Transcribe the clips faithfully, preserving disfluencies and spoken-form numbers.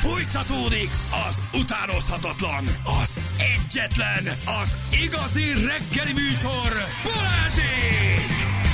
Fújtatódik az utánozhatatlan, az egyetlen, az igazi reggeli műsor, Balázsék!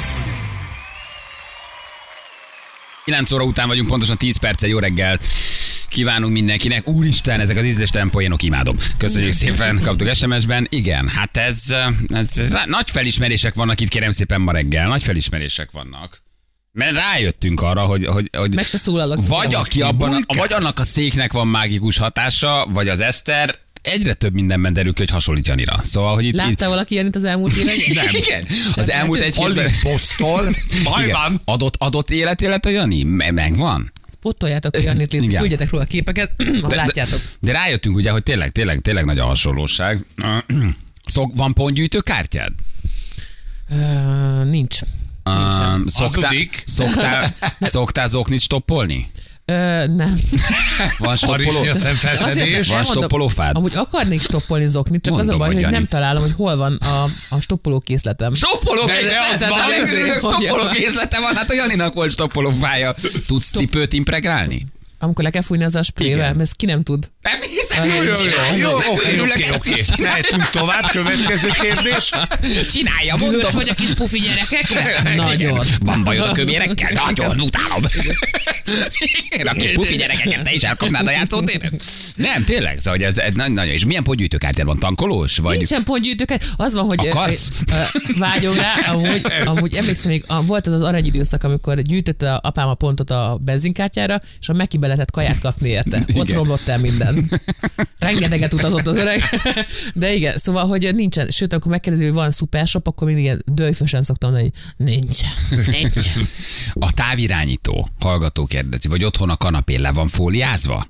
kilenc óra után vagyunk, pontosan tíz perccel. Jó reggelt kívánunk mindenkinek. Úristen, ezek az ízléstelen poénok, imádom. Köszönjük szépen, kaptuk es em es-ben. Igen, hát ez, ez, ez nagy felismerések vannak itt, kérem szépen ma reggel. Nagy felismerések vannak. Mert rájöttünk arra, hogy, hogy, hogy meg se szólalok. Vagy, aki abban, a, vagy annak a széknek van mágikus hatása, vagy az Eszter, egyre több mindenben derül ki, hogy hasonlít Janira. Szóval, hogy itt, látta itt... valaki Janit az elmúlt években? Nem. Igen. Az elmúlt egy hétben... Posztol, bajban. Adott, adott élet, élet a Jani? Megvan? Spottoljátok a Janit, légy, küldjetek róla képeket, ha de, látjátok. De, de rájöttünk ugye, hogy tényleg, tényleg, tényleg nagy a hasonlóság. Szok, van pontgyűjtő kártyád? Uh, nincs. Uh, szoktál, szoktál, szoktál zoknit stoppolni? Ö, nem. Van stoppoló? A szemfelszedés. Van stoppolófád? Amúgy akarnék stoppolni zoknit, csak Mondom, az a baj, hogy hogy Jani. nem találom, hogy hol van a, a stoppolókészletem. Stoppolókészletem? hogy- Stoppolókészletem van, hát a Janinak volt stoppolófája. Tudsz cipőt impregnálni? Amikor le kell fújni az a sprével, ezt ki nem tud. Nem hiszem, Jó, hogy Jó, csinálja. jó, oké, Örülök, oké, ezt oké. is csinálja. Mehetünk tovább, következő kérdés. Csinálja, mondom. Dühös vagy a kis pufi gyerekekre? Nagyon. Igen. Van bajod a kövérekkel? Nagyon, utálom. Igen, a kis pufi gyerekeket, te is elkapnád a játszótéren? Nem, tényleg, szóval hogy ez, ez nagyon, nagyon. És milyen pontgyűjtőkártyád van? Tankolós? Vagy... Nincsen pontgyűjtőket. Az van, hogy Akarsz? ö, ö, vágyom rá, amúgy, amúgy emlékszem, még a- volt az az aranyidőszak, amikor gyűjtötte apám a pontot a benzinkártyára, és a Mekibe lehetett kaját kapni érte. Ott Igen. romlott el minden. Rengeteget utazott az öreg. De igen, szóval, hogy nincsen. Sőt, akkor megkérdezi, hogy van szupershop, akkor mindig ilyen dőjfösen szoktam mondani, hogy nincsen. Nincsen. A távirányító hallgató kérdezi, vagy otthon a kanapén le van fóliázva?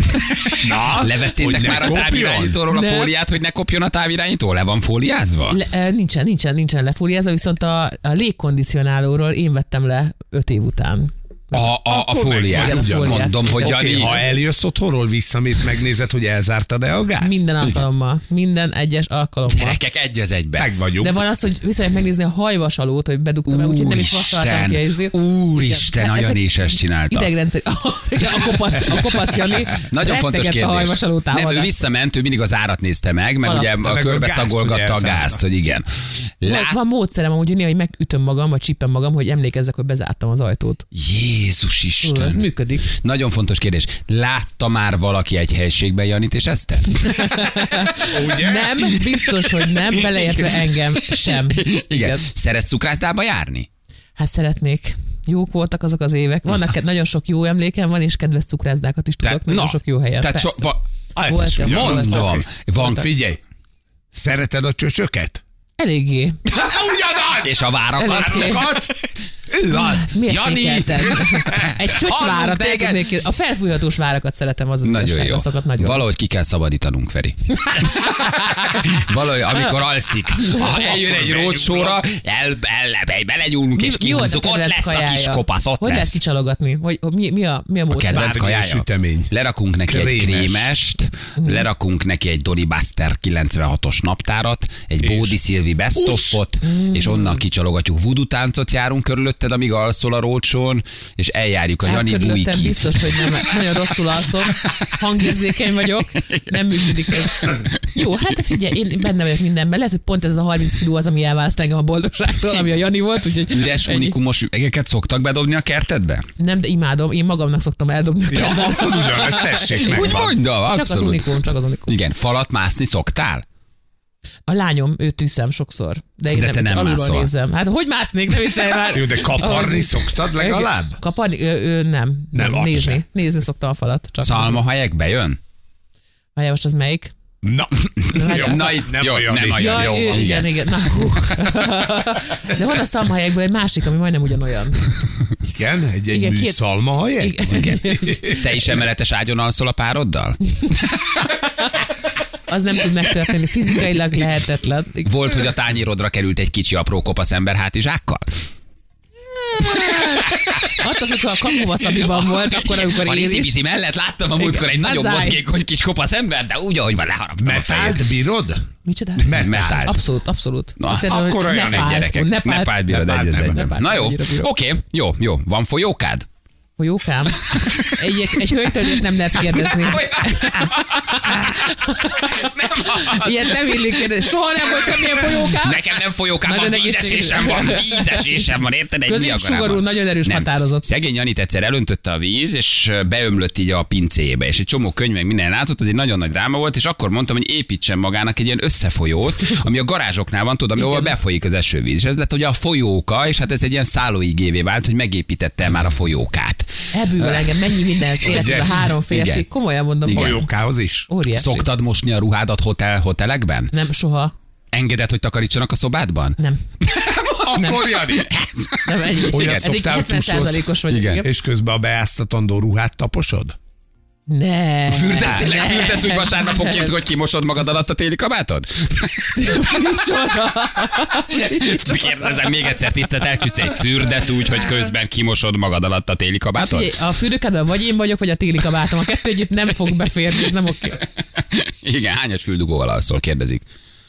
Na, Levettétek hogy ne már a kopjon? távirányítóról a Nem. fóliát, hogy ne kopjon a távirányító? Le van fóliázva? Le, eh, nincsen, nincsen, nincsen lefúriázva, viszont a, a légkondicionálóról én vettem le öt év után. A, a, a Akkor fóliát. megvan ugyan. Mondom, hogy Oké, Jani... ha eljössz otthonról, visszamész, megnézed, hogy elzártad-e a gázt? Minden alkalommal. Minden egyes alkalommal. Gyerekek, egy az egybe. Meg vagyunk. De van az, hogy visszajött megnézni a hajvasalót, hogy bedugtam, úgyhogy nem is vasaltam ki a izét. Úristen, Igen. a Jani Ezek is ezt csinálta. Idegrendszer. A kopasz, a kopasz Jani. Nagyon fontos rettegett kérdés. a hajvasaló Nem, ő támadást. visszament, ő mindig az árat nézte meg, meg Alap. ugye meg a a körbe gázt, szagolgatta ugye a elzárta. gázt, hogy igen. Van, Lát... van módszerem, amúgy, hogy néha, hogy megütöm magam, vagy csípem magam, hogy emlékezzek, hogy bezártam az ajtót. Jézus Tudod, ez Isten. működik. Nagyon fontos kérdés. Látta már valaki egy helységben Janit és Eszter? Ugye? Nem, biztos, hogy nem, beleértve engem sem. Igen. Szeretsz cukrászdába járni? Hát szeretnék. Jók voltak azok az évek. Vannak nagyon sok jó emlékem van, és kedves cukrászdákat is tudok, nagyon sok jó helyen. Tehát so, Persze. va, Ah, Volt, ez volt. mondom, Oké. van Figyelj, szereted a csöcsöket? Eléggé. Ugyanaz! és a várakat. Eléggé. Ő az. Miért Jani. sékelted? Egy csöcsvárat Hallunk téged. eltudnék. A felfújhatós várakat szeretem, az Nagyon igazság, jó. azokat nagyon. Valahogy ki kell szabadítanunk, Feri. Valahogy, amikor alszik, ha eljön egy rócsóra, el, el, belegyúlunk és Mi- mi volt a kihúzzuk, ott kedvenc lesz a kajája? kis kopasz, ott Hogy lehet lesz. kicsalogatni? Hogy, hogy mi, mi, a, mi a A módszer? kedvenc Várgya kajája. sütemény. Lerakunk neki egy Krémes. krémest, lerakunk neki egy Donny Buster kilencvenhatos naptárat, egy És? Bódi Szilvi best of-ot, és onnan kicsalogatjuk voodoo táncot, járunk körülötted, amíg alszol a rócsón, és eljárjuk a Hát Jani körülöttem Bujki. biztos, hogy nem. Nagyon rosszul alszom. Hangérzékeny vagyok. Nem működik ez. Jó, hát figyelj, én benne vagyok mindenben. Lehet, hogy pont ez a harminc kiló az, ami elválaszt engem a boldogságtól, ami a Jani volt. Úgyhogy Üres ennyi. unikumos üvegeket szoktak bedobni a kertedbe? Nem, de imádom. Én magamnak szoktam eldobni. Ja, akkor ugyanaz, tessék meg. Úgy mondom, Csak az abszolút. unikum, csak az unikum. Igen, falat mászni szoktál? A lányom, őt tűzem sokszor. De én De te nem alulról mászol. nézem. Hát hogy másznék, ne viccelj már. Jó, de kaparni Ahhoz- szoktad legalább? Kaparni? Ő, ő nem. Nem, azt nézni. sem. Nézni szokta a falat. Csak Szalmahelyek bejön? Várjál, most az melyik? Na, Várjál, jó, Na, itt, nem jó, olyan. nem olyan. Ja, jó, ő, van, igen, igen. Na, hú. De van a szalmahelyekből egy másik, ami majdnem ugyanolyan. Igen, egy, egy Igen, két- műszalmahelyek? Igen. Te is emeletes ágyon alszol a pároddal? Az nem tud megtörténni, fizikailag lehetetlen. Volt, hogy a tányérodra került egy kicsi apró kopasz ember hátizsákkal? Attól, amikor a kapuvasabiban volt, akkor, amikor A én is. Lizi mellett láttam a múltkor egy Igen, nagyon az állj. mozgékony kis kopasz ember, de úgy, ahogy van, leharaptam a fejét. Metált bírod? Micsoda? Metált. Abszolút, abszolút. Na, Azt értem, akkor hogy olyan Egy Nepált, gyerekek. Nepált. Nepált bírod Nepált, egy az nem, egyben. Nepált, Na jó, annyira bírok. oké, jó, jó. Van folyókád? Folyókám? Egy, egy hölgytől nem lehet kérdezni. Ilyet nem illik kérdezni. Soha nem volt semmilyen folyókám? Nekem nem folyókám van, vízesésem van, vízesésem van, érted? Egy középsugarú, nagyon erős nem. határozott. Szegény Janit egyszer elöntötte a víz, és beömlött így a pincébe, és egy csomó könyv meg minden látott, az egy nagyon nagy dráma volt, és akkor mondtam, hogy építsen magának egy ilyen összefolyót, ami a garázsoknál van, tudom, ahol befolyik az esővíz. És ez lett ugye a folyóka, és hát ez egy ilyen szállóigévé vált, hogy megépítette már a folyókát. Elbűvöl engem, mennyi minden élet, ez a három férfi. Komolyan mondom. Folyókához is. Óriási. Szoktad mosni a ruhádat hotel, hotelekben? Nem, soha. Engeded, hogy takarítsanak a szobádban? Nem. Akkor Jani. Nem, egy, Olyat eddig szoktál hetven százalékos vagyok. Igen. Igen. És közben a beáztatandó ruhát taposod? Ne. Fürdettél, ne. fürdesz úgy vasárnaponként, hogy kimosod magad alatt a téli kabátod? Micsoda. Kérdezem még egyszer, tisztelt elküldsz, fürdesz úgy, hogy közben kimosod magad alatt a téli kabátod? Figyelj, a fürdőkádban vagy én vagyok, vagy a téli kabátom. A kettő együtt nem fog beférni, ez nem oké. Igen, hányas füldugóval alszol, kérdezik.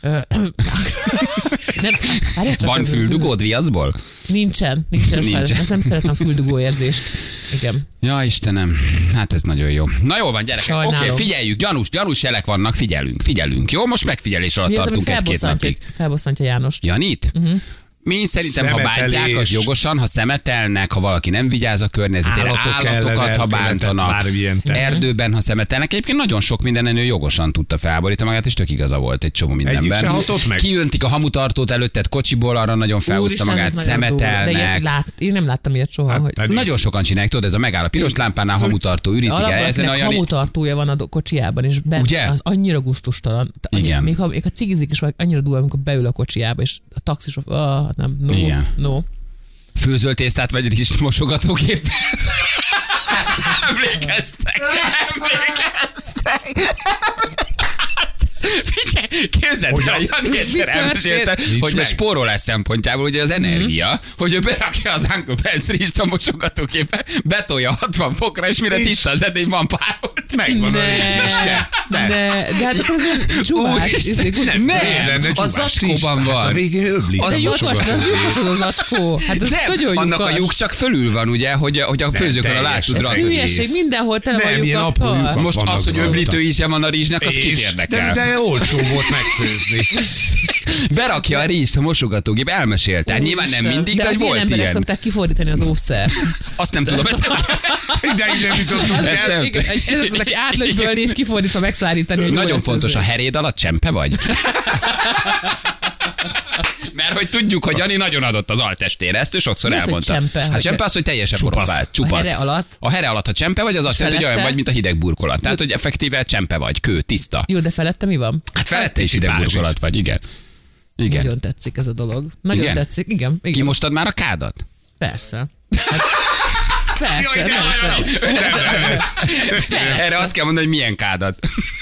Nem, várjál csak, Van ez- füldugód viaszból? Nincsen, nincsen, Nincsen. nincsen. Ezt nem szeretem füldugó érzést. Igen. Ja, Istenem, hát ez nagyon jó. Na jó van, gyerekek, oké, Sajnálom. okay, figyeljük, gyanús, gyanús jelek vannak, figyelünk, figyelünk. Jó, most megfigyelés alatt Mi az, ami tartunk egy-két felbosszantja, napig. felbosszantja Jánost? Janit? Uh-huh. Mi szerintem, ha Szemetelés. bántják, az jogosan, ha szemetelnek, ha valaki nem vigyáz a környezetére, Állatok ellen állatokat, ha elkövetett bántanak, bármilyen tettét. erdőben, ha szemetelnek. Egyébként nagyon sok minden ő jogosan tudta felborítani magát, és tök igaza volt egy csomó Egyik se mindenben. hatott meg. Kiöntik a hamutartót előtted kocsiból, arra nagyon felhúzta Úristen, magát, ez nagyon durva. De ilyet szemetelnek. lát, én nem láttam ilyet soha. Hát hogy pedig. Nagyon sokan csinálják, tudod, ez a megáll a piros lámpánál hamutartó ürítik el, alapban ezen a akinek Jani... hamutartója van a do- kocsiában, és be, Ugye? az annyira gusztustalan. Annyi, Igen. Még ha még ha cigizik is, vagy annyira durva, amikor beül a kocsiába, és a taxis, ah, nem, no, Igen. no. Főzöl tésztát vagy rizst mosogatógéppel? Emlékeztek, emlékeztek. Figyelj, képzeld el, Hogyan? Jani egyszer Mi elmesélte, történt? hogy a meg. spórolás szempontjából ugye az energia, hogy ő berakja az Uncle Ben's rizst a mosogatógéppel, betolja hatvan fokra, és mire És- tiszta az edény, van párolt. Megvan a De, rizsnye. de, de hát akkor ez csúvás. Úristen, izé, nem, Miért lenne a csúvás zacskóban rizs? Hát van. a végén öblik. Az De a jó, az mosogató. lyukas az acskó. Hát ez Nem, nagyon annak a lyukas. lyuk csak fölül van, ugye, hogy, hogy a főzőkön alá teljes, tud ez Ez rakni. hülyeség, egész. mindenhol tele van Nem, ilyen apró lyukakkal. lyukak. Most vannak az, hogy rajta. öblítő íze van a rizsnek, az kit És- érdekel? De, de olcsó volt megfőzni. Berakja a rizst a mosogatógép, elmesélte. Tehát nyilván nem Úristen. mindig, de, de hogy az ilyen volt emberek ilyen. szokták kifordítani az óvszert. Azt nem tudom, ezt nem kell. De így nem jutottunk Ezt el. nem- Igen, ez az, aki átlögybölni és kifordítva megszárítani. hogy jó Nagyon lesz fontos, a ez. heréd alatt csempe vagy? Mert hogy tudjuk, hogy Jani nagyon adott az altestére, ezt ő sokszor Mi az, hogy elmondta. csempe? Hát Hogy- csempe az, hogy teljesen Csupasz. borotvált. Csupasz. A here alatt? A here alatt, ha csempe vagy, az azt jelenti, hogy olyan Felette? vagy, mint a hideg burkolat. Tehát, hogy effektíve csempe vagy, kő, tiszta. Jó, de felette mi van? Hát felette is Kicsi hideg pázsit. burkolat vagy, igen. Igen. Nagyon tetszik ez a dolog. Nagyon Igen? tetszik. Igen, igen. Kimostad már a kádat? Persze. Hát, persze, Jaj, de persze. nem, Erre azt kell mondani, hogy milyen kádat.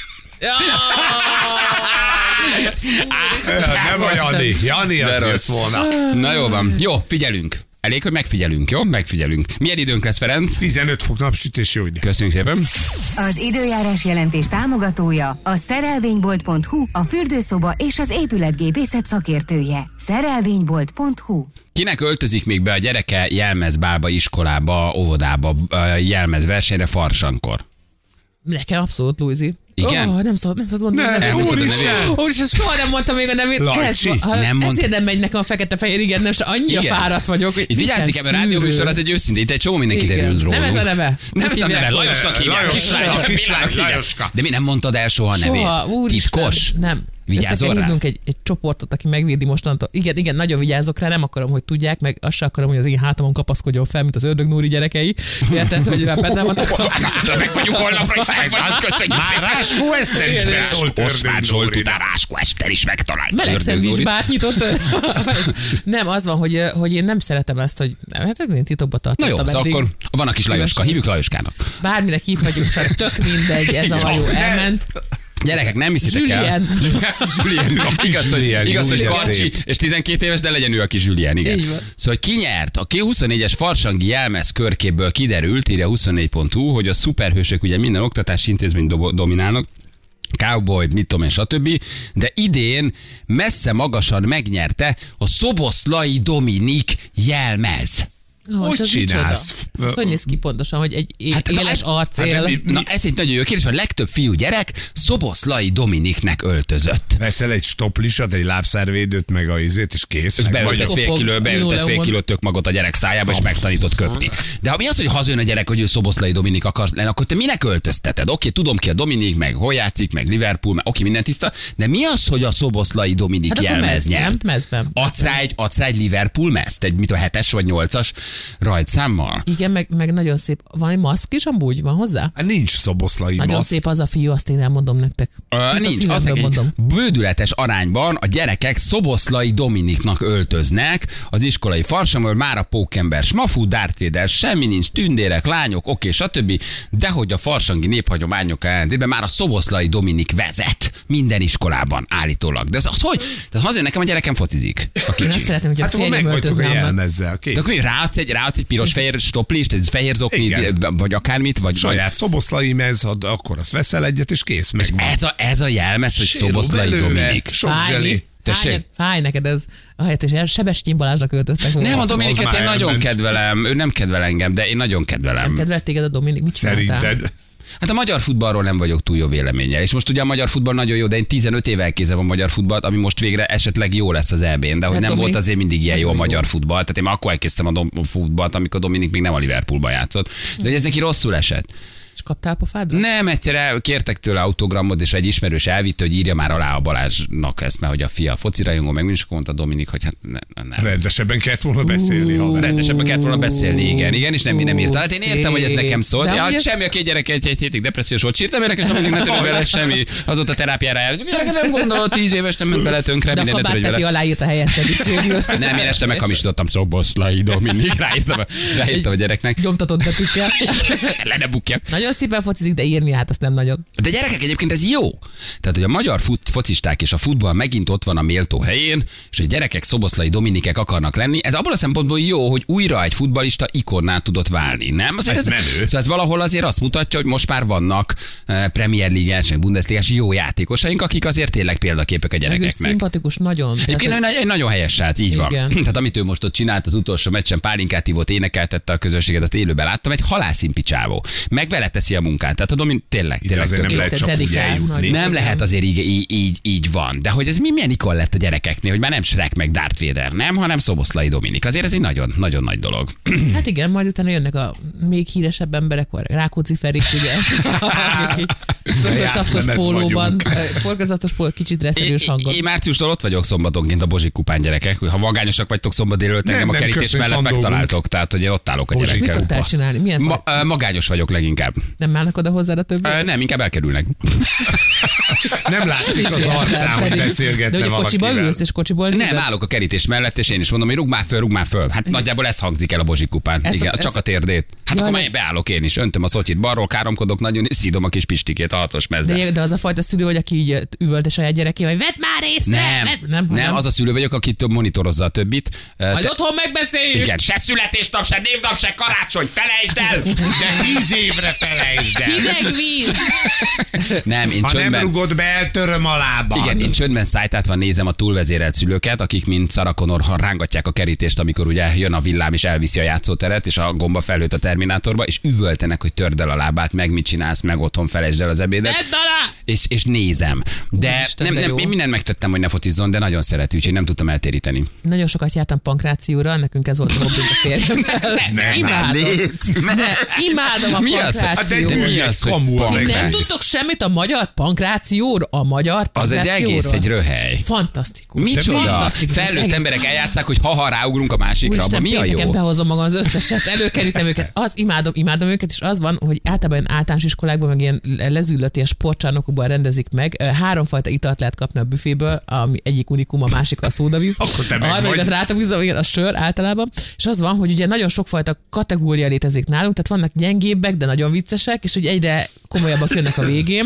Nem a Jani. Jani az De rossz. jött volna. Na jó van. Jó, figyelünk. Elég, hogy megfigyelünk, jó? Megfigyelünk. Milyen időnk lesz, Ferenc? tizenöt fok napsütés, jó idő. Köszönjük szépen. Az időjárás jelentés támogatója a szerelvénybolt pont hu, a fürdőszoba és az épületgépészet szakértője. szerelvénybolt pont hu. Kinek öltözik még be a gyereke jelmezbálba, iskolába, óvodába, ö, jelmezversenyre farsankor? Nekem abszolút, Luizi. Igen? Oh, nem szabad, nem szabad mondani. Ne, Nem. Elmondtad a úristen. nevét? Úristen, soha nem mondtam még a nevét. Lajcsi. Ez, ha, Nem mond- ezért nem megy nekem a fekete-fehér, igen, nem, se annyira Igen. fáradt vagyok. hogy Itt vigyázzik nincsen ebben a rádióműsor, szűrő. az egy őszintén, itt egy csomó minden Igen. kiderül rólunk. Nem ez a neve. Nem ez a neve, hívják? Lajosnak hívják. Lajos, Kislány, a kislány, kislány hívják. Lajoska. De mi nem mondtad el soha a nevét? Soha, úristen. Titkos? Nem. Vigyázol Össze kell rá? hívnunk egy, egy csoportot, aki megvédi mostantól. Igen, igen, nagyon vigyázok rá, nem akarom, hogy tudják, meg azt sem akarom, hogy az én hátamon kapaszkodjon fel, mint az Ördög Nóri gyerekei. Érted, hogy már benne vannak a... Meg vagyunk holnapra is, meg vagyunk, köszönjük Már szépen. Ráskó Eszter is beszólt Osztán Ördög Zsolt Nórinak. után Ráskó Eszter is megtalált. Meleg Ördög szendvics Nórit. bárt nyitott. Nem, az van, hogy, hogy én nem szeretem ezt, hogy nem, hát én titokba Na tartottam jó, szóval eddig. akkor van a kis Lajoska, hívjuk Lajoskának. Bárminek hívhatjuk, csak tök mindegy, ez a hajó elment. Gyerekek, nem hiszitek el. Julien. Julien. Igaz, hogy, Julien, igaz, hogy Julien Karcsi, szép. és tizenkét éves, de legyen ő a kis Julien, igen. Így van. Szóval ki nyert? A K huszonnégyes farsangi jelmez körképből kiderült, írja huszonnégy pont hu, hogy a szuperhősök ugye minden oktatási intézmény do- dominálnak, Cowboy, mit tudom én, stb. De idén messze magasan megnyerte a Szoboszlai Dominik jelmez. Oh, hogy és ez csinálsz? micsoda? Hogy néz ki pontosan, hogy egy é- Hát, éles ez- arcél? hát, Na ez egy nagyon jó kérdés, a legtöbb fiú gyerek Szoboszlai Dominiknek öltözött. Veszel egy stoplisat, egy lábszárvédőt, meg a izét, és kész. És meg beöltesz vagy- fél Kopog, kiló, beöltesz fél Jóleon. kilót tök magot a gyerek szájába, és megtanítod köpni. De ha mi az, hogy hazajön a gyerek, hogy ő Szoboszlai Dominik akarsz lenni, akkor te minek öltözteted? Oké, tudom ki a Dominik, meg hol játszik, meg Liverpool, meg oké, minden tiszta, de mi az, hogy a Szoboszlai Dominik Hát akkor jelmez mez, nem? nyert? Mezben. Adsz rá egy, adsz rá egy Liverpool mezt, egy mit a hetes vagy nyolcas rajtszámmal? Igen, meg, meg nagyon szép. Van egy maszk is amúgy? Van hozzá? Hát nincs szoboszlai Nagyon maszk. szép az a fiú, azt én elmondom nektek. Uh, Tiszta nincs, az szívemből egy mondom. bődületes arányban a gyerekek Szoboszlai Dominiknak öltöznek az iskolai farsamból, már a pókember, smafú, Darth Vader, semmi nincs, tündérek, lányok, oké, stb. De hogy a farsangi néphagyományok ellentétben már a Szoboszlai Dominik vezet minden iskolában állítólag. De ez az hogy? Tehát hazajön nekem a gyerekem focizik. A Én azt kicsi. szeretném, hogy a Hát akkor férjem meg vagytok a öltözne abban. jelmezzel. Kész. De akkor ráadsz egy, ráadsz egy piros-fehér stoplist, egy fehér zokni, Igen. vagy akármit, vagy, vagy Saját szoboszlai mez, ad- akkor azt veszel egyet, és kész. Meg van. ez a, ez a jelmez, hogy Sérum Szoboszlai belőle, Dominik. Sok Fáj, zseni. Tessék? fáj, fáj neked ez. Ahelyett, és Sebestyén Balázsnak öltöztek volna. Nem, a Az Dominiket már én nagyon elment. kedvelem, ő nem kedvel engem, de én nagyon kedvelem. Nem kedvelt téged a Dominik? Mit csináltál? Szerinted? Hát a magyar futballról nem vagyok túl jó véleménnyel. És most ugye a magyar futball nagyon jó, de én tizenöt éve elkézem a magyar futballt, ami most végre esetleg jó lesz az é bén, de hogy Hát nem Dominik volt azért mindig ilyen jó a nagyon jó. magyar futball. Tehát én már akkor elkezdtem a dom- futballt, amikor Dominik még nem a Liverpoolban játszott. De hogy ez neki rosszul esett. És kaptál pofádra? Nem, egyszer el- kértek tőle autogramot, és egy ismerős elvitte, hogy írja már alá a Balázsnak ezt, mert hogy a fia foci rajongó, meg mindig, és akkor mondta Dominik, hogy hát ne, ne. Rendesebben kellett volna beszélni, haver. Rendesebben kellett volna beszélni, igen, igen, és nem, nem írta. Hát én értem, hogy ez nekem szólt. De Ja, amúgy ez- semmi, a két gyerek egy, egy hétig depressziós volt. Sírtam érek, és nem ne törődj vele semmi. Azóta terápiára jár. Gyerek nem gondolt, tíz éves nem ment bele tönkre, De a minden ne törődj kabát vele. aláírta helyetted is végül. Nem, én este meghamisítottam Szoboszlai Dominik. Ráírtam, a- ráírtam a gyereknek. Gyomtatott betűkkel. Le ne bukjak. Nagyon szépen focizik, de írni hát azt nem nagyon. De gyerekek, egyébként ez jó. Tehát, hogy a magyar fut, focisták és a futball megint ott van a méltó helyén, és hogy gyerekek Szoboszlai Dominikek akarnak lenni, ez abban a szempontból jó, hogy újra egy futballista ikonná tudott válni, nem? Azért Ez ez, menő. szóval ez valahol azért azt mutatja, hogy most már vannak uh, Premier Ligás, meg Bundesligás jó játékosaink, akik azért tényleg példaképek a Meg ő gyerekeknek. szimpatikus nagyon. Egyébként Tehát, egy, egy nagyon helyes srác, így van. Igen. Tehát amit ő most ott csinált az utolsó meccsen, pálinkát ivott, énekeltette a közönséget, azt élőben láttam, egy halászimpi csávó. Meg beleteszi a munkát. Tehát tudom, tényleg, Ide tényleg azért nem tök jó. lehet csak úgy dedikál, eljutni. nagy- Nem Igen. lehet azért így, így, így, így van. De hogy ez mi, milyen ikon lett a gyerekeknél, hogy már nem Shrek meg Darth Vader, nem, hanem Szoboszlai Dominik. Azért ez egy nagyon, nagyon nagy dolog. Hát igen, majd utána jönnek a még híresebb emberek, vagy Rákóczi Ferik, ugye. Forgazasztos nem ez pólóban, vagyunk. forgazasztos póló, kicsit reszelős Én, hangon. én márciustól ott vagyok szombatonként a Bozsik kupán, gyerekek. Ha vagányosak vagytok szombat délőtt, Nem, engem a nem, kerítés köszönjük, mellett van dolgunk. megtaláltok. Tehát, hogy én ott állok a Bozsik Mit gyerekkel. szoktál csinálni? Milyen Ma, faj? ö, magányos vagyok leginkább. Nem állnak oda hozzád a többi? Ö, Nem, inkább elkerülnek. Nem látszik az arcán, hogy De beszélgetne hogy kocsiba valakivel. ülsz, és kocsiból Nem, nézed? állok a kerítés mellett, és én is mondom, hogy rúg már föl, rúg már föl. Hát nagyjából ez hangzik el a Bozsik kupán. Ez a- Igen, ez- csak a térdét. Hát Jaj, akkor de- már beállok én is, öntöm a szotyit balról, káromkodok nagyon, és szídom a kis pistikét a hatos mezben. De, de az a fajta szülő, hogy aki így üvölt a saját gyerekével, hogy vedd már észre! Nem, vedd! nem, nem, nem, az a szülő vagyok, aki több monitorozza a többit. Ö, Majd te- otthon megbeszéljük! Igen, se születésnap, se névnap, se karácsony, felejtsd el! De tíz évre felejtsd el. Hideg víz! Nem, én Ha nem csöndben... rugod be, eltöröm a lábad. Igen, én csöndben szájtátva nézem a túlvezérelt szülőket, akik mint Sarah Connor rángatják a kerítést, amikor ugye jön a villám és elviszi a játszóteret, és a gomba felőtt a Terminátorba, és üvöltenek, hogy törd el a lábát, meg mit csinálsz, meg otthon felejtsd el az ebédet. Vedd alá! És, és nézem. De Úristen, nem, de nem, jó. én mindent megtettem, hogy ne focizzon, de nagyon szereti, úgyhogy nem tudtam eltéríteni. Nagyon sokat jártam pankrációra, nekünk ez volt a hobbink a férjemmel. Nem, Imádom. légy, ne. Ne, imádom a Mi az? Hát pankrációt. de mi az, hogy kamu az punk? Nem egész. tudtok semmit a magyar pankrációról? A magyar Az egy pankrációról? egész egy röhely. Fantasztikus. Micsoda? Fantasztikus. Ez Felnőtt egész- emberek eljátszák, hogy ha-ha ráugrunk a másikra, abban Úristen, mi a pénteken jó? behozom magam az összeset, előkerítem őket. Az imádom, imádom őket, és az van, hogy általában ilyen általános iskolákban, meg ilyen lezüllött ilyen sportcsarnokokban rendezik meg. Háromfajta italt lehet kapni a büféből, ami egyik unikum, a másik a szódavíz. Akkor te A meg harmadikat vagy. rátok vízom, igen, a sör általában. És az van, hogy ugye nagyon sokfajta kategória létezik nálunk, tehát vannak gyengébbek, de nagyon viccesek, és hogy egyre komolyabbak jönnek a végén,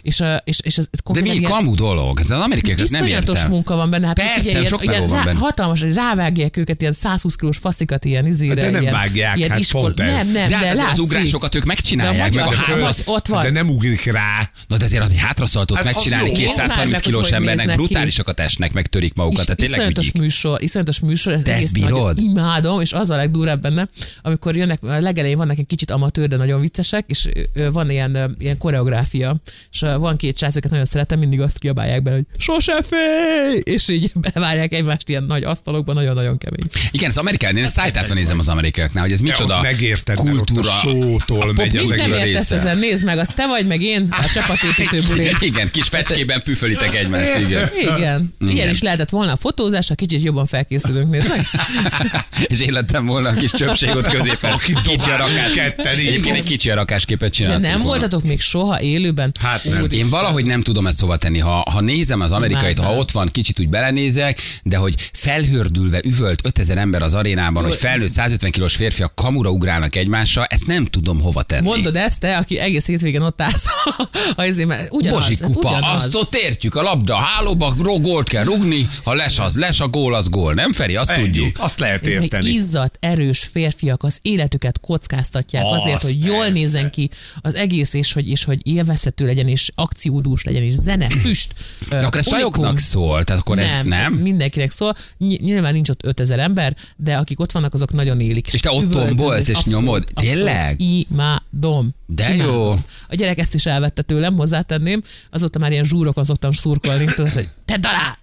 És, a- és, és ez De konkrétan mi ilyen- kamu dolog? Ez az amerikaiakat nem iszonyatos értem. munka van benne. Hát Persze, figyelj, ilyen- sok meló ilyen van rá- benne. Hatalmas, hogy rávágják őket, ilyen százhúsz kilós faszikat, ilyen izére. De nem ilyen, vágják, ilyen hát iskol... pont ez. Nem, nem, De de, hát azért az látszik. ugrásokat ők megcsinálják, De a meg a magyar- három. az ott van. De nem ugrik rá. Na de azért az egy hátraszaltót Hát az megcsinálni jó. kétszázharminc Nézd már kilós meg, hogy embernek néznek ki. brutálisakat esnek, meg törik magukat. Tehát tényleg iszonyatos ügyik. műsor, iszonyatos műsor, ez Te egész ezt bírod? nagyon imádom, és az a legdurvább benne, amikor jönnek, a legelején vannak egy kicsit amatőr, de nagyon viccesek, és ö, van ilyen, ö, ilyen koreográfia, és ö, van két srác, őket nagyon szeretem, mindig azt kiabálják be, hogy sose félj, és így belevárják egymást ilyen nagy asztalokban, nagyon-nagyon kemény. Igen, az amerikai, én szájtátva nézem az amerikaiaknál, hogy ez micsoda ott megérted, mert ott kultúra. a sótól megy az Mit nem kultúra értesz része. ezen? Nézd meg, az te vagy, meg én, a csapatépítő bulén. Igen, igen, kis fecskében püfölitek egymást. Igen. Igen. Igen. Ilyen is lehetett volna a fotózás, ha kicsit jobban felkészülünk, nézd meg. És én lettem volna a kis csöpségot középen. Aki Kicsi a dobál rakás. ketten, így Egyébként van. egy kicsi a rakásképet De csináltunk nem volna. voltatok még soha élőben? Hát nem. Úristen. Én valahogy nem tudom ezt hova tenni. Ha, ha nézem az amerikait, ha Imádnám. ott van, kicsit úgy belenézek, de hogy felhördülve üvölt ötezer ember az arénában, hogy felnőtt százötven kilós férfiak kamura ugrálnak egymással, ezt nem tudom hova tenni. Mondod ezt te, aki egész hétvégén ott állsz, ha ezért, mert ugyanaz, Bosi ez kupa, ugyanaz. azt ott értjük, a labda a hálóba, ro- gólt kell rugni, ha les az les, a gól az gól. Nem Feri, azt Ennyi. tudjuk. Azt lehet Még érteni. izzadt, erős férfiak az életüket kockáztatják Azt, azért, hogy jól persze. nézzen ki az egész, és hogy, és hogy élvezhető legyen, és akciódús legyen, és zene, füst. De akkor ez csajoknak szól, tehát akkor ez nem, nem? ez mindenkinek szól. Ny- Nyilván nincs ott ötezer ember, de akik ott vannak, azok nagyon élik. És te ott üvöltöznek. tombolsz, és Abszolút, nyomod? abszolút. Tényleg? Imádom. De Imádom. jó. A gyerek ezt is elvette tőlem, hozzátenném. Azóta már ilyen zsúrokon szoktam szurkolni, tudod, hogy te alá!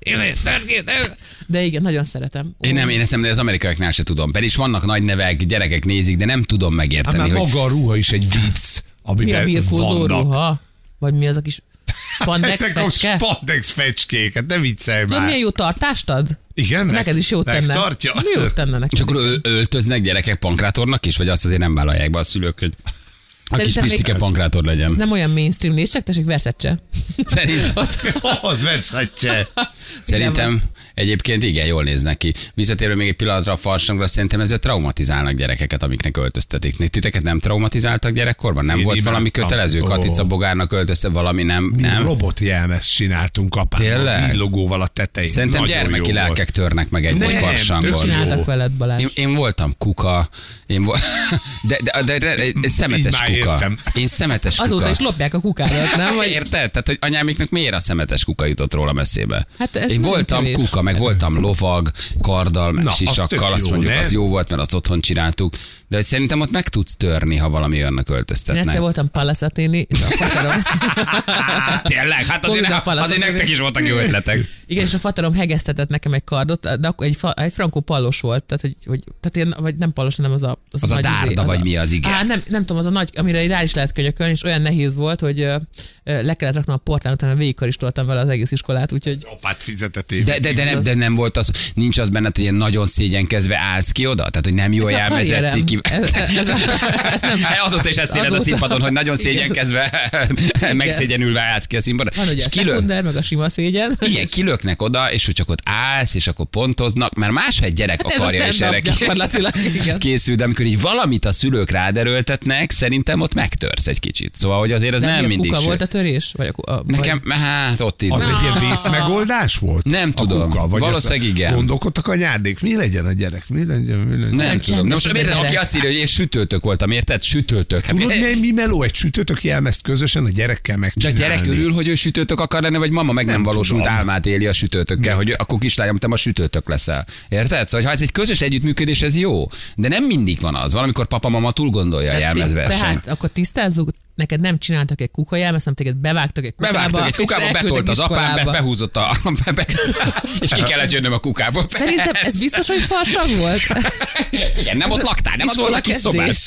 De igen, nagyon szeretem. Én nem, én ezt nem, de az amerikaiaknál se tudom. Pedig is vannak nagy nevek, gyerekek nézik, de nem tudom Hát megérteni, már hogy maga a ruha is egy vicc, Mi a amiben birkózó vannak. ruha? Vagy mi az a kis spandex Ezek a fecske? spandex fecskék, hát ne viccelj Tudod, már. milyen jó tartást ad? Igen, Neked is jót tenne. Megtartja? Jót tenne neked. és akkor öl- öltöznek gyerekek pankrátornak is, vagy azt azért nem vállalják be a szülők, hogy a kis Szerintem még- Pistike pankrátor legyen. Ez nem olyan mainstream, nézd csak, tessék, Versace. Szerint, Az Versace. szerintem egyébként igen, jól néznek ki. Visszatérve még egy pillanatra a farsangra, szerintem ezzel traumatizálnak gyerekeket, amiknek öltöztetik. Titeket nem traumatizáltak gyerekkorban? Nem Én volt valami imádtam. kötelező? Ó. Katica Bogárnak öltözte, valami nem? Mi nem? robotjelmezt csináltunk apámmal, Tényleg? villogóval a tetején. Szerintem Nagyon gyermeki jó lelkek volt. törnek meg egy Nem, egy farsangon. tök Csináltak jó. veled, Balázs. Én, én voltam kuka, én vo- de, de, de, de, de szemetes Így már kuka. értem. Én szemetes kuka. Azóta is lopják a kukádat, nem? Vagy... Érted? Tehát, hogy anyámiknak miért a szemetes kuka jutott rólam eszébe? Hát ez Én nagyon voltam kevés. kuka, meg voltam lovag, karddal, meg Na, az tök sisakkal, azt jó, mondjuk, nem? az jó volt, mert azt otthon csináltuk. De hogy szerintem ott meg tudsz törni, ha valami önnek Én egyszer öltöztetnek. voltam Palaszatini, és a faterom... Tényleg, hát azért, Fogd a ne, palaszot, azért nektek is voltak jó ötletek. Igen, és a faterom hegesztetett nekem egy kardot, de akkor egy, fa, egy frankó pallos volt, tehát, hogy, hogy tehát ilyen, vagy nem pallos, hanem az a... Az a nagy dárda, az vagy mi az, igen. Á, nem, nem tudom, az a nagy, amire rá is lehet könyökölni, és olyan nehéz volt, hogy ö, ö, le kellett raknom a portán, utána végigkaristoltam vele az egész iskolát, úgyhogy Apát fizetett De, évig. de, de, nem, de nem volt az, nincs az benned, hogy ilyen nagyon szégyenkezve állsz ki oda? Tehát, hogy nem jól Ez a jelmezett karrierem. ciki. Ez- ez a- nem. Azóta is ezt éred a Azóta. színpadon, hogy nagyon Igen. szégyenkezve, megszégyenülve állsz ki a színpadon. Van ugye És a kilök, szekunder, meg a sima szégyen. igen, kilöknek oda, és hogy csak ott állsz, és akkor pontoznak, mert más, ha egy gyerek Hát ez a akarja, és stand-up erre gyakorlatilag, igen. készül, de amikor így valamit a szülők ráderőltetnek, szerintem ott megtörsz egy kicsit. Szóval, hogy azért ez De nem mi a mindig kuka ső. volt a törés? Vagy a, ku- a, Nekem, hát ott így. Az egy ilyen vészmegoldás volt? Nem A tudom. kuka, vagy Valószínűleg azt igen. Gondolkodtak a nyárdék, mi legyen a gyerek? Mi legyen? Mi legyen? Nem Nem, tudom. Na most csendes az a érted, aki gyerek. azt írja, hogy én sütőtök voltam, érted? Sütőtök. Hát, Tudod, mi, mi meló? Egy sütőtök jelmezt közösen a gyerekkel de a megcsinálni. gyerek örül, hogy ő sütőtök akar lenni, vagy mama meg nem, Nem valósult tudom. álmát éli a sütőtökkel, hogy akkor kislányom, te ma sütőtök leszel. Érted? Szóval, ha ez egy közös együttműködés, ez jó. De nem mindig van az. Valamikor papa-mama túl gondolja a jelmezversenyt. Tehát akkor tisztázzuk, neked nem csináltak egy kukajelmezt, hanem téged bevágtak egy kukába. Bevágtak egy kukába, és betolt az elküldtek apám, be, iskolába. behúzott a... Be, be, és ki kellett jönnöm a kukából. Szerintem ez biztos, hogy farsang volt. Igen, nem ott laktál, nem az volt a kis szobás.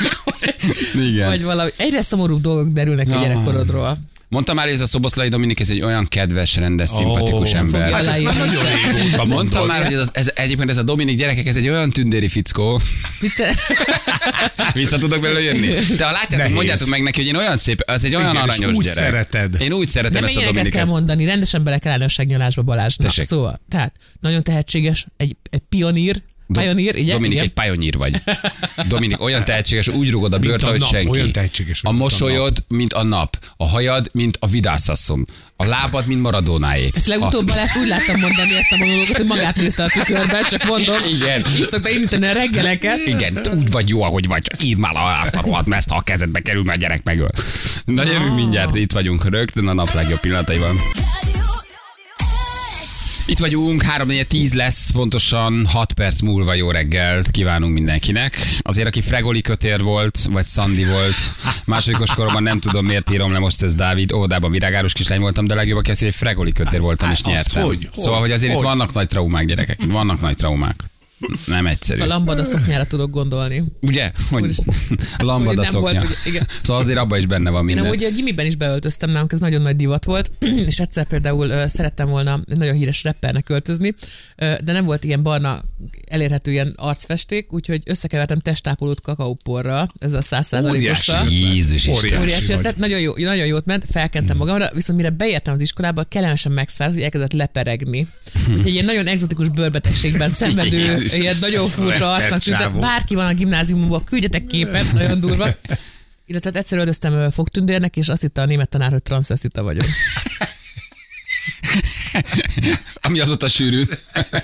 Igen. Vagy valami. Egyre szomorúbb dolgok derülnek a Ah. gyerekkorodról. Mondtam már, hogy ez a Szoboszlai Dominik, ez egy olyan kedves, rendes, szimpatikus Ó, ember. fogja Hát ezt már Aláírni. nagyon régóta Mondtam mondod. már, hogy ez, ez, egyébként ez a Dominik gyerekek, ez egy olyan tündéri fickó. Vicce- Vissza tudok belőle jönni? De ha látjátok, Nehéz. mondjátok meg neki, hogy én olyan szép, az egy olyan Igen, és aranyos úgy gyerek. szereted. Én úgy szeretem Nem ezt a ilyeneket kell Dominiket. mondani, rendesen bele kell állni a segnyalásba Balázsnak. Tessék. Szóval, tehát nagyon tehetséges, egy, egy pionír, Pioneer, igen? Dominik, igen. egy pioneer vagy. Dominik, olyan tehetséges, úgy rugod a bőrt, a ahogy nap, senki. olyan tehetséges, a mint a mosolyod, mint a nap. A hajad, mint a Vidászaszom. A lábad, mint Maradónáé. Ezt legutóbb Balázs úgy láttam mondani ezt a monológot, hogy magát nézte a tükörben, csak mondom. Igen. Így szokta indítani a reggeleket. Igen, úgy vagy jó, ahogy vagy, csak írd már le azt a rohadt meszt, ha a kezedbe kerül, mert a gyerek megöl. Na jövünk mindjárt, itt vagyunk rögtön a nap legjobb pillanataiban. Itt vagyunk, három négy tíz lesz, pontosan hat perc múlva jó reggelt kívánunk mindenkinek. Azért, aki Fregoli kötér volt, vagy Szandi volt, másodikos koromban nem tudom, miért írom le most ez Dávid, óvodában virágáros kislány voltam, de legjobb, aki egy Fregoli kötér voltam, és Az nyertem. hogy? Szóval, hogy azért Hogy? itt vannak nagy traumák, gyerekek, itt vannak nagy traumák. Nem egyszerű. A lambada szoknyára tudok gondolni. Ugye? Hogy Úristen. a lambada Hogy nem volt, szoknya. ugye, igen. Szóval azért abban is benne van Én minden. amúgy a gimiben is beöltöztem, nálunk ez nagyon nagy divat volt, és egyszer például uh, szerettem volna egy nagyon híres rappernek költözni, uh, de nem volt ilyen barna elérhető ilyen arcfesték, úgyhogy összekevertem testápolót kakaóporral, ez a száz százalékossal. Jézus Isten. Óriási Óriási, vagy. tehát nagyon, jó, nagyon jót ment, felkentem magamra, viszont mire beértem az iskolába, kellemesen megszállt, hogy elkezdett leperegni. Úgyhogy ilyen nagyon egzotikus bőrbetegségben szenvedő, Jézus. ilyen nagyon furcsa arcnak tűnt, Csávó. bárki van a gimnáziumban, küldjetek képet, nagyon durva. Illetve egyszer öldöztem ö, fogtündérnek, és azt hitte a német tanár, hogy transzvesztita vagyok. Ami azóta sűrűt.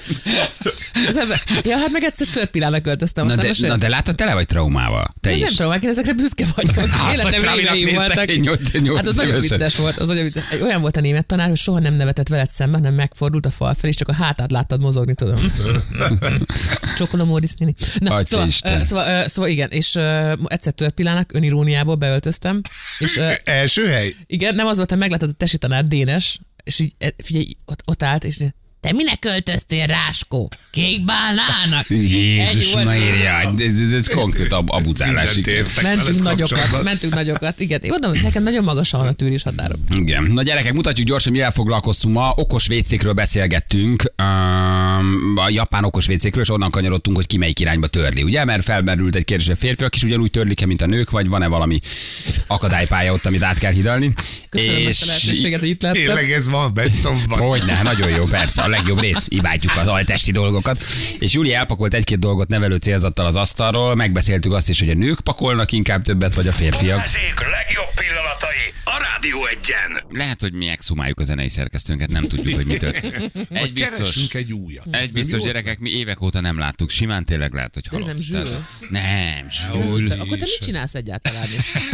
Az ember, ja, hát meg egyszer törpilának öltöztem. Na aztán de, most na de látod, tele vagy traumával. Te én is. nem tudom, én ezekre büszke vagyok. Életem réveim voltak. Hát az nagyon vicces volt. Az nagyon vicces. Olyan volt a német tanár, hogy soha nem nevetett veled szemben, hanem megfordult a fal fel, és csak a hátát láttad mozogni, tudom. Csokolom, Mórisz néni. Na, Atya szóval, Isten. ö, szóval, ö, szóval, igen, és uh, egyszer törpilának öniróniából beöltöztem, és uh, Első hely? igen, nem az volt, hogy meglátod a tesi tanár, Dénes, és így, e, figyelj, ott, ott állt, és te minek költöztél, Ráskó? Kék bálnának? Jézus, Ennyi volt. na írja, ez, ez konkrét ab, abuzálás. Mindent Igen. értek Mentünk veled nagyokat, kapcsolatban. mentünk nagyokat, igen. Én mondom, hogy nekem nagyon magasan van a tűrés határom. Igen. Na gyerekek, mutatjuk gyorsan, mivel foglalkoztunk ma. Okos vécékről beszélgettünk, um, a japán okos vécékről, és onnan kanyarodtunk, hogy ki melyik irányba törli, ugye? Mert felmerült egy kérdés, hogy a férfiak is ugyanúgy törlik-e, mint a nők, vagy van-e valami akadálypálya ott, amit át kell hidalni. Köszönöm ezt a lehetőséget, hogy itt lettem. Tényleg ez van, best of van. Hogyne, nagyon jó, persze, a legjobb rész, imádjuk az altesti dolgokat. És Júli elpakolt egy-két dolgot nevelő célzattal az asztalról, megbeszéltük azt is, hogy a nők pakolnak inkább többet, vagy a férfiak. Balázsék legjobb pillanatai a Rádió Egyen. Lehet, hogy mi exhumáljuk a zenei szerkesztőnket, nem tudjuk, hogy mi történt. Egy biztos, Keresünk egy újat. egy biztos gyerekek, mi évek óta nem láttuk, simán tényleg lehet, hogy Ez halott. nem Zsül? Nem, Zsül. Akkor te mit csinálsz egyáltalán?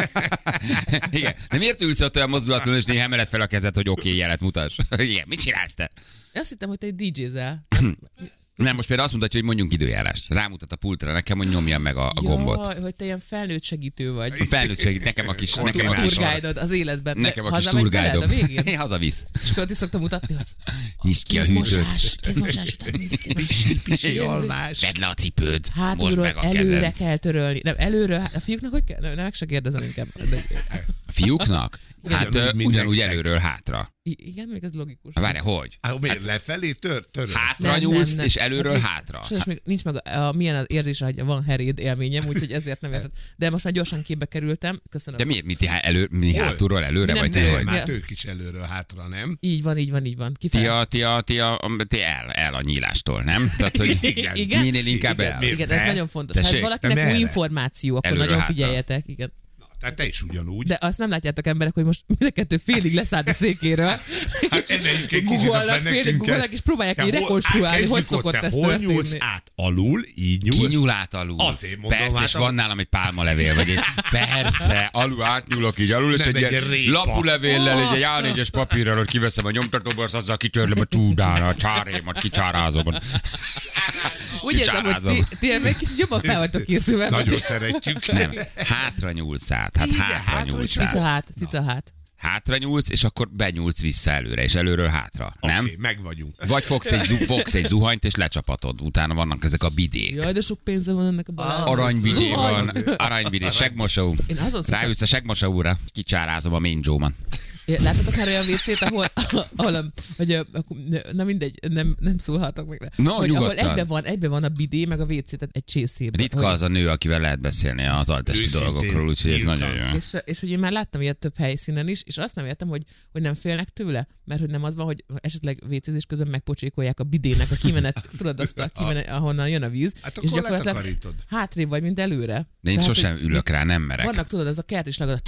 Igen, de miért ülsz ott olyan mozdulatlanul, és néha emeled fel a kezed, hogy oké, okay, jelet mutass? Igen, mit csinálsz te? Én azt hittem, hogy te egy dé jézel. Nem, most például azt mutatja, hogy mondjunk időjárást. Rámutat a pultra nekem, hogy nyomjam meg a, a gombot. Jaj, hogy te ilyen felnőtt segítő vagy. A felnőttség, nekem a kis, nekem a A kis, turgájdod az életben. nekem a kis Hazamegy veled turgájdom. a végén? Én hazavisz. És akkor ott is szoktam mutatni, hogy Nyisd ki a hűtőt. kézmosás, kézmosás után mindig kézmosás. Alvás. Vedd le a cipőd. Most Hátulról meg a előre kezed. kell törölni. Nem, előre, a fiúknak hogy kell? Nem, nem meg se kérdezem inkább. De, A fiúknak? Hát Ugyanúgy ö, ugyanúgy mindenkinek. előről hátra. I- igen, még ez logikus. Várj, hogy? Hát miért lefelé tör, töröl? Hátra Nem, nem, nyúlsz, nem. és előről Hát még- hátra. Sajnos még nincs meg a, a, milyen az érzés, hogy van heréd élményem, úgyhogy ezért nem érted. De most már gyorsan képbe kerültem. Köszönöm. De miért? Mi, ti há- elő, mi Hol? hátulról előre, Mi vagy nem, ti nem, hogy? nem. Hát ők is előről hátra, nem? Így van, így van, így van. Ti, Kifele. a, ti, a, ti, a, ti el, el a nyílástól, nem? Tehát, hogy Igen. Igen? minél inkább Igen, el. miért? Igen, ez Ne. nagyon fontos. Ha ez Tessék, valakinek de új merre? információ, akkor Előről nagyon hátra. figyeljetek. Igen. Tehát te is ugyanúgy. De azt nem látjátok emberek, hogy most mind a kettő félig leszállt a székéről. Hát emeljük egy kicsit a Googolnak, félig fenekünket. googolnak, és próbálják Te így hol- rekonstruálni, Á, hogy kezdjük ott, szokott te ez hol történni. nyúlsz át? Alul? Így nyúl? Ki nyúl át alul? Azért mondom, Persze, hát és a- van nálam egy pálmalevél, vagy egy... Persze, alul átnyúlok így alul, és Nem egy egy ilyen répa. lapulevéllel, egy á négyes papírral, hogy kiveszem a nyomtatóból, azt azzal kitörlöm a csúdára, a csárémat, kicsárázom. Úgy érzem, hogy Kicsárázom. ti, ti egy kicsit jobban fel vagytok készülve. Nagyon szeretjük. Nem, hátra nyúlsz át, hát Igen, hátra hátra nyúlsz is át. Cica hát, cica hát. Hátra nyúlsz, és akkor benyúlsz vissza előre, és előről hátra, nem? Oké, meg vagyunk. Vagy fogsz egy, zu- fogsz egy zuhanyt, és lecsapatod. Utána vannak ezek a bidék. Jaj, de sok pénze van ennek a Balázsnak. Aranybidé Zuhany. van, aranybidé, segmosó. Én azon szoktam- Ráülsz a segmosóra, kicsárázom a main Joe-man. Láttatok már olyan vécét, ahol, ahol hogy, na mindegy, nem, nem szólhatok meg. No, hogy, ahol nyugodtan. egybe van, egybe van a bidé, meg a vécé, tehát egy csészében. Ritka hogy, az a nő, akivel lehet beszélni az altesti Őszintén dolgokról, úgyhogy ez írtam. nagyon jó. és, és hogy én már láttam ilyet több helyszínen is, és azt nem értem, hogy, hogy nem félnek tőle, mert hogy nem az van, hogy esetleg vécézés közben megpocsékolják a bidének a kimenet, tudod azt a kimenet, ahonnan jön a víz, Hát és akkor gyakorlatilag letakarítod. hátrébb vagy, mint előre. De én Tehát, sosem hogy ülök rá, nem merek. vannak, tudod, ez a kert is lagad,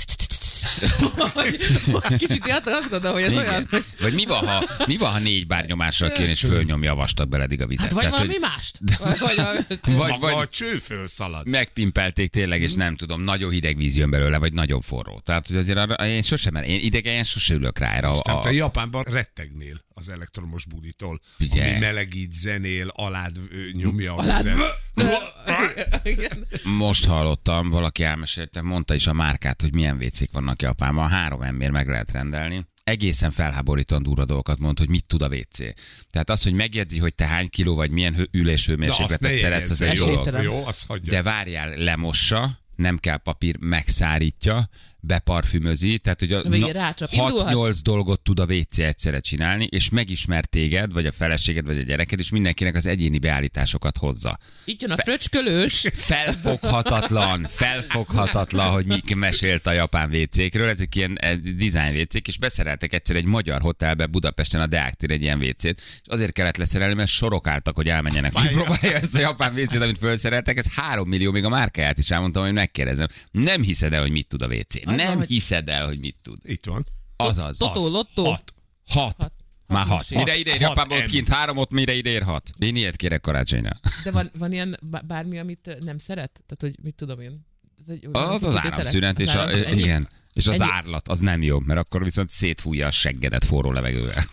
hogy hogy kicsit járt, azt gondolom, hogy ez Igen. olyan, Vagy mi van, ha, mi van, ha négy bár nyomással kijön, és fölnyomja vastag beledig a vizet? hát vagy Tehát, valami hogy- mást. Vagy, vagy, vagy, Maga vagy a cső fölszalad. megpimpelték tényleg, és nem tudom, nagyon hideg víz jön belőle, vagy nagyon forró. Tehát, hogy azért arra, én sosem, én idegen sose ülök rá erre. Aztán A, te a, Japánban rettegnél az elektromos bulitól, Ugye. ami melegít, zenél, alád ö, nyomja a Alád- vizet. Igen. most hallottam, valaki elmesélte, mondta is a márkát, hogy milyen vécék vannak Japánban. Három ember meg lehet rendelni. Egészen felháborítóan durva dolgokat mond, hogy mit tud a vécé. Tehát az, hogy megjegyzi, hogy te hány kiló vagy milyen hő- Na, azt ne ülés-hőmérsékletet szeretsz, az egy jegyezze, dolog. Esélytelen. jó, azt hagyja. De várjál, lemossa, nem kell papír, megszárítja, beparfümözi, tehát hogy a végén rácsap. hat-nyolc Indulhatsz. dolgot tud a vécé egyszerre csinálni, és megismer téged, vagy a feleséged, vagy a gyereked, és mindenkinek az egyéni beállításokat hozza. Itt jön a fröcskölős. Felfoghatatlan, felfoghatatlan, hogy mi mesélt a japán vécékről, ezek ilyen eh, design vécék, és beszereltek egyszer egy magyar hotelbe Budapesten a Deák tér egy ilyen vécét, és azért kellett leszerelni, mert sorok álltak, hogy elmenjenek. Kipróbálja ezt a japán vécét, amit felszereltek, ez három millió, még a márkáját is elmondtam, hogy megkérdezem. Nem hiszed el, hogy mit tud a vécé. Az Nem van, hogy- hiszed el, hogy mit tud. Itt van. Azaz. Totó, Az. lottó. Hat. Hat. Hat. Már hat. Hat. Mire ide ér Hat Japánból ott M. kint három, ott mire ide ér hat. Én ilyet kérek karácsonyra. De van, van ilyen bá- bármi, amit nem szeret? Tehát, hogy mit tudom én? Tehát, hogy Az, valami az kicsit áramszünet, ételek? és Az a, áramszünet, ennyi? igen. És az Ennyi? árlat, az nem jó, mert akkor viszont szétfújja a seggedet forró levegővel.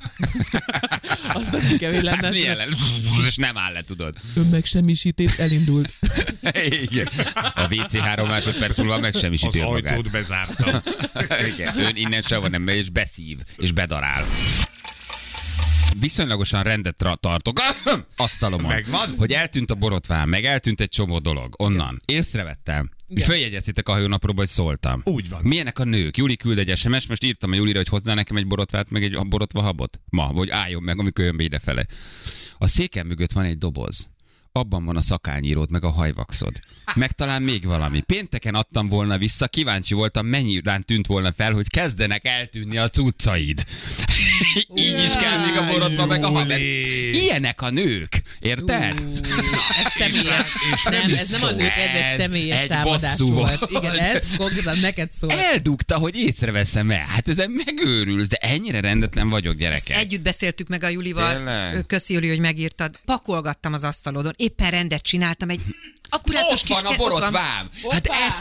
Azt nagyon kemény lenne. Ez milyen lenne? És nem áll le, tudod. Önmegsemmisítés elindult. Igen. A vé cé három másodperc múlva megsemmisíti Az önmagát. ajtót bezárta. Igen. Ön innen sehova nem megy, és beszív, és bedarál. Viszonylagosan rendet tra- tartok asztalomon, Megvan? hogy eltűnt a borotvám, meg eltűnt egy csomó dolog. Onnan. Észrevettem. Igen. Följegyeztétek a hajónapróba, hogy szóltam. Úgy van. Milyenek a nők? Juli küld egy es em es, most írtam a Julira, hogy hozzá nekem egy borotvát, meg egy borotva habot. Ma, vagy álljon meg, amikor jön be idefele. A széken mögött van egy doboz. Abban van a szakányíród, meg a hajvaxod. Meg talán még valami. Pénteken adtam volna vissza, kíváncsi voltam, mennyire tűnt volna fel, hogy kezdenek eltűnni a cuccaid. Így is kell még a borotva, meg a hab. Júli. Ilyenek a nők. Érted? Ú, ez személyes. és nem, nem ez is nem a szól. nők, ez egy Ez személyes egy támadás bosszú volt. volt. Igen, ez konkrétan neked szól. Eldugta, hogy észreveszem el. Hát ezen megőrülsz, de ennyire rendetlen vagyok, gyerekek. Együtt beszéltük meg a Julival. Tényleg? Köszi, Juli, hogy megírtad. Pakolgattam az asztalodon. Éppen rendet csináltam. Egy akkurátus Ott kis van a ke- ott van. borotvám. Hát Hoppá! ez...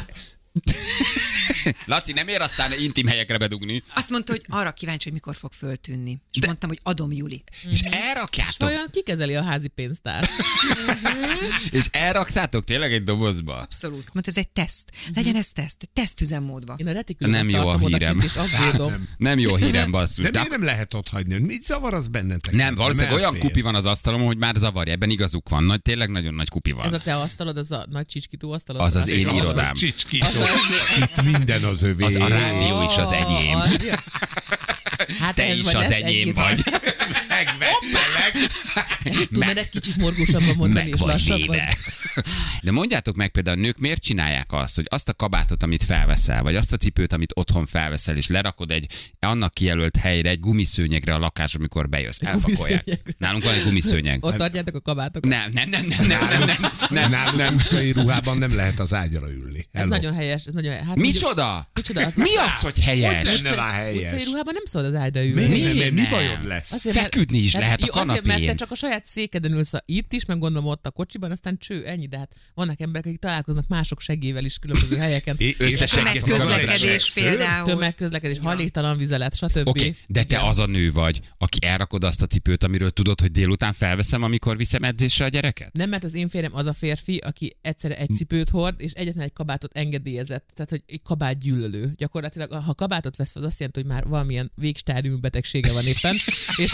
Laci, nem ér aztán intim helyekre bedugni. Azt mondta, hogy arra kíváncsi, hogy mikor fog föltűnni. És De- mondtam, hogy adom, Juli. És És elrakjátok. vajon ki kezeli a házi pénztár? És elraktátok tényleg egy dobozba? Abszolút. Mondta, ez egy teszt. Legyen ez teszt. Egy tesztüzemmódban. Én a retikülömet Nem jó a tartom hírem. odakint, és aggódom. Nem jó hírem, basszus. De De miért nem lehet ott hagyni? Mit zavar az bennetek? nem, valószínűleg olyan elfér. kupi van az asztalom, hogy már zavarja. Ebben igazuk van. Nagy, tényleg nagyon nagy kupi van. Ez a te asztalod, az a nagy csicskító asztalod? Az az én Az- irodám. Csicskító. Az az- Itt minden az övé. Az a rádió is az Ó, enyém. az- Hát Te ez is vagy az lesz enyém egy-két- vagy. Megvettelek. Tudnád egy kicsit morgósabban mondani, Meg és vagy lassabban? véve. De mondjátok meg például, a nők miért csinálják azt, hogy azt a kabátot, amit felveszel, vagy azt a cipőt, amit otthon felveszel, és lerakod egy annak kijelölt helyre, egy gumiszőnyegre a lakás, amikor bejössz. Elpakolják. gumiszőnyeg. Nálunk van egy gumiszőnyeg. Ott tartjátok a kabátokat. Nem, nem, nem, nem, nem, nem, nem, nem, Nálunk nem. utcai ruhában nem lehet az ágyra ülni. Ez Hello. nagyon helyes, ez nagyon helyes. Hát Micsoda? Micsoda az? Mi az, hogy helyes? Hogy lenne rá Utcai helyes? ruhában nem szabad az ágyra ülni. Miért? Miért Nem, mi nem? bajod lesz? Azért, mert- Feküdni is hát lehet a jó, azért, mert te kanapén. csak a saját székeden ülsz a- itt is, meg gondolom ott a kocsiban, aztán cső, ennyi, de hát vannak emberek, akik találkoznak mások segélyvel is különböző helyeken. É- Összeseggezik a Tömegközlekedés Sző? például. Tömegközlekedés, hajléktalan vizelet, stb. Oké, okay, de te az a nő vagy, aki elrakod azt a cipőt, amiről tudod, hogy délután felveszem, amikor viszem edzésre a gyereket? Nem, mert az én férjem az a férfi, aki egyszerre egy cipőt hord, és egyetlen egy kabátot engedélyezett. Tehát, hogy egy kabát gyűlölő. Gyakorlatilag, ha kabátot vesz, az azt jelenti, hogy már valamilyen végstádium betegsége van éppen. És így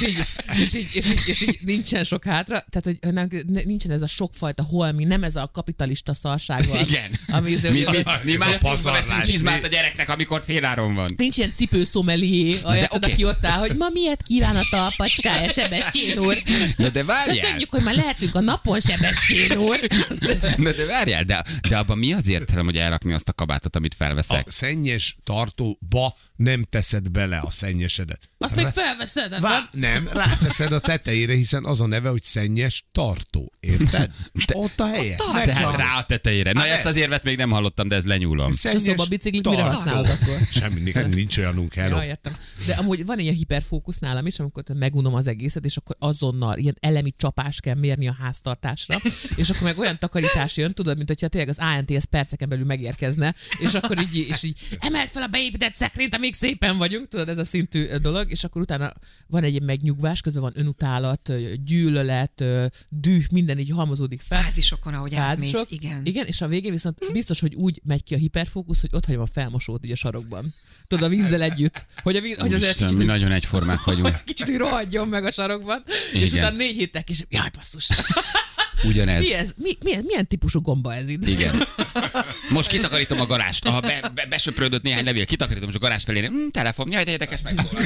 és, így, és, így, és így nincsen sok hátra, tehát hogy nem, nincsen ez a sokfajta holmi, nem ez a kapitalista szarság van. Igen. Ami az, Mi, mi, ami, mi már pazarlás, veszünk csizmát a gyereknek, amikor féláron van. nincs ilyen cipőszomelié, oké. aki ott áll, hogy ma miért kíván a talpacskája, Sebestyén úr. Na de várjál. Köszönjük, hogy ma lehetünk a napon, Sebestyén úr. Na de várjál, de, de abban mi az értelem, hogy elrakni azt a kabátot, amit felveszek? A szennyes tartóba nem teszed bele a szennyesedet. Azt még felveszed, Vá- nem, ráteszed a tetejére, hiszen az a neve, hogy szennyes tartó. Érted? Te- Ott a helye. Tehát rá a tetejére. Na Hát ezt ez. az érvet még nem hallottam, de ez lenyúlom. És a szobabiciklit mire használod akkor? Semmi, nincs olyanunk, hello. Ja, értem. De amúgy van ilyen hiperfókusz nálam is, amikor megunom az egészet, és akkor azonnal ilyen elemi csapás kell mérni a háztartásra, és akkor meg olyan takarítás jön, tudod, mint hogyha tényleg az á en té es perceken belül megérkezne, és akkor így, és így emelt fel a beépített szekrényt, amíg szépen vagyunk, tudod, ez a szintű dolog, és akkor utána van egy ilyen megnyugvás, közben van önutálat, gyűlölet, düh, minden így halmozódik fel. Fázisokon, ahogy átmész, Fázisok. igen. Igen, és a végén viszont biztos, hogy úgy megy ki a hiperfókusz, hogy ott hagyom a felmosót így a sarokban. Tudod, a vízzel együtt. Hogy, a víz, hogy azért Úristen, kicsit, mi úgy- nagyon egyformák vagyunk. kicsit úgy rohadjon meg a sarokban, és Igen. utána négy héttel később, jaj, basszus. Ugyanez. Mi ez? Mi, milyen, milyen típusú gomba ez itt? Igen. Most kitakarítom a garást. Ha be, be, besöprődött néhány levél, kitakarítom, és a garázs felé. Hm, telefon, jaj, de érdekes, megszólal.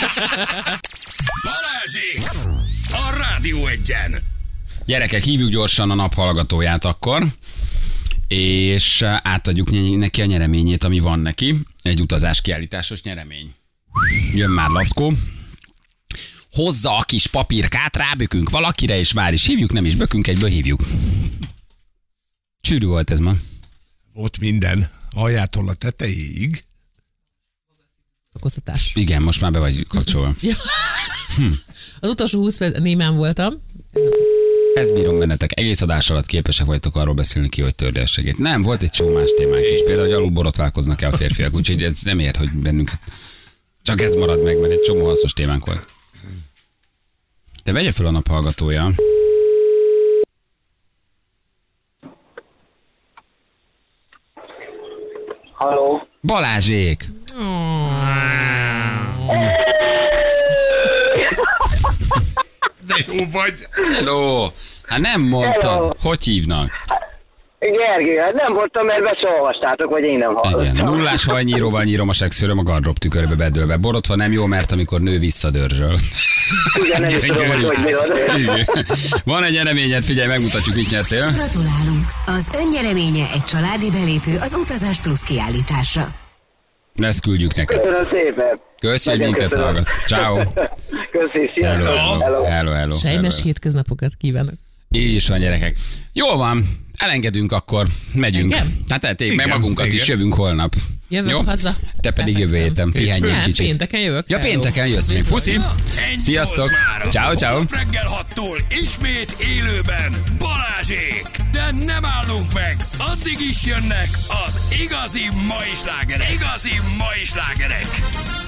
Balázsék! A Rádió Egyen! Gyerekek, hívjuk gyorsan a nap hallgatóját akkor, és átadjuk neki a nyereményét, ami van neki. Egy utazás kiállításos nyeremény. Jön már Lackó. Hozza a kis papírkát, rábökünk valakire, és már is hívjuk, nem is bökünk, egyből hívjuk. Sűrű volt ez ma. Ott minden, aljától a tetejéig. Okoztatás. Igen, most már be vagy kapcsolva. Az utolsó húsz perc némán voltam. Ezt bírom bennetek. Egész adás alatt képesek vagytok arról beszélni ki, hogy törde a segít. Nem, volt egy csomó más témánk is. Például, hogy alul borotválkoznak-e a férfiak. Úgyhogy ez nem ér, hogy bennünket. Csak ez marad meg, mert egy csomó hasznos témánk volt. De vegye fel a nap hallgatója. Halló? Balázsék! De jó vagy. Hello! Hát nem mondtad. Hello. Hogy hívnak? Gergő, hát nem voltam, mert be se olvastátok, vagy én nem hallottam. Igen. Nullás hajnyíróval nyírom a sekszőröm a gardrób tükörbe bedőlve. Borotva nem jó, mert amikor nő visszadörzsöl. Igen, nem is tudom, hogy hogy mi van. Igen. Van egy nyereményed, figyelj, megmutatjuk, mit nyertél. Gratulálunk! Az önnyereménye egy családi belépő az Utazás Plusz kiállításra. Ezt küldjük neked. Köszönöm szépen. Köszi, hogy Nagyon minket köszönöm. hallgat. Ciao. Köszi, Hello, sziasztok. hello, hello, hello. Sejmes hello. hétköznapokat kívánok. Így is van, gyerekek. Jól van, elengedünk akkor, megyünk. Engem? Hát elték meg Igen, magunkat igen. is, jövünk holnap. Jövök Jó? haza. Te pedig jövő Befekszem. héten pihenj egy Nem, kicsit. pénteken jövök. Ja, Hello. pénteken jössz még. Puszi! Ennyi Sziasztok. volt már. Ciao, ciao. Holnap reggel hattól ismét élőben Balázsék! De nem állunk meg! Addig is jönnek az igazi mai slágerek! Igazi mai slágerek!